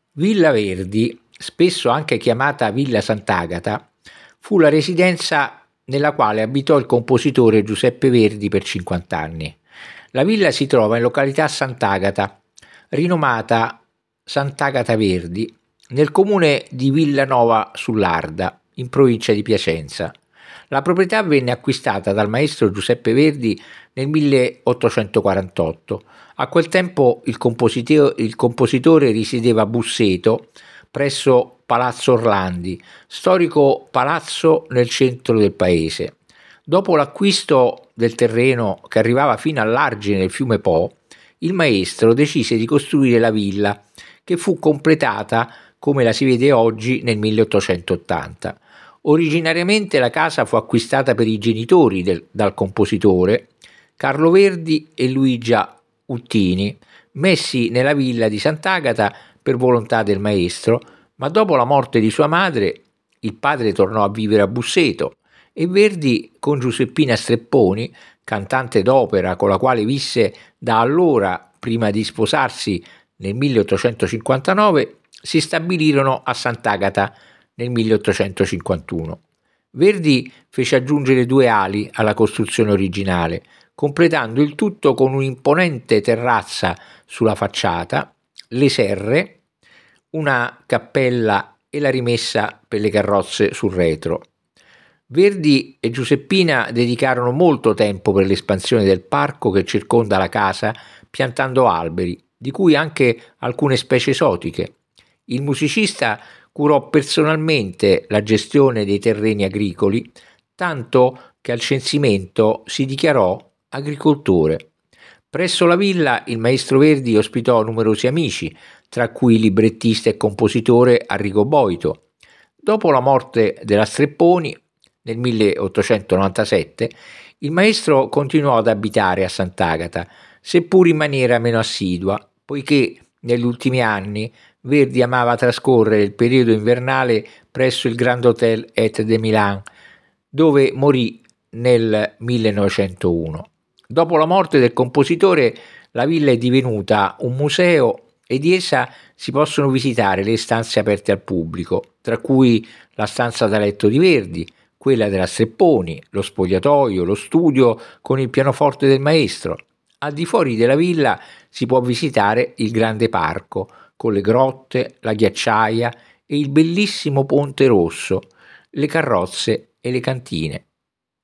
Villa Verdi, spesso anche chiamata Villa Sant'Agata, fu la residenza nella quale abitò il compositore Giuseppe Verdi per 50 anni. La villa si trova in località Sant'Agata, rinomata Sant'Agata Verdi, nel comune di Villanova sull'Arda, in provincia di Piacenza. La proprietà venne acquistata dal maestro Giuseppe Verdi nel 1848. A quel tempo il compositore risiedeva a Busseto, presso Palazzo Orlandi, storico palazzo nel centro del paese. Dopo l'acquisto del terreno che arrivava fino all'argine del fiume Po, il maestro decise di costruire la villa, che fu completata come la si vede oggi nel 1880. Originariamente la casa fu acquistata per i genitori dal compositore Carlo Verdi e Luigia Uttini, messi nella villa di Sant'Agata per volontà del maestro, ma dopo la morte di sua madre il padre tornò a vivere a Busseto e Verdi con Giuseppina Strepponi, cantante d'opera con la quale visse da allora prima di sposarsi nel 1859, si stabilirono a Sant'Agata nel 1851. Verdi fece aggiungere 2 ali alla costruzione originale, completando il tutto con un'imponente terrazza sulla facciata, le serre, una cappella e la rimessa per le carrozze sul retro. Verdi e Giuseppina dedicarono molto tempo per l'espansione del parco che circonda la casa, piantando alberi, di cui anche alcune specie esotiche. Il musicista curò personalmente la gestione dei terreni agricoli, tanto che al censimento si dichiarò agricoltore. Presso la villa il maestro Verdi ospitò numerosi amici, tra cui il librettista e compositore Arrigo Boito. Dopo la morte della Strepponi, nel 1897, il maestro continuò ad abitare a Sant'Agata, seppur in maniera meno assidua, poiché negli ultimi anni Verdi amava trascorrere il periodo invernale presso il Grand Hotel Et de Milan, dove morì nel 1901. Dopo la morte del compositore, la villa è divenuta un museo e di essa si possono visitare le stanze aperte al pubblico, tra cui la stanza da letto di Verdi, quella della Strepponi, lo spogliatoio, lo studio con il pianoforte del maestro. Al di fuori della villa si può visitare il grande parco, con le grotte, la ghiacciaia e il bellissimo Ponte Rosso, le carrozze e le cantine.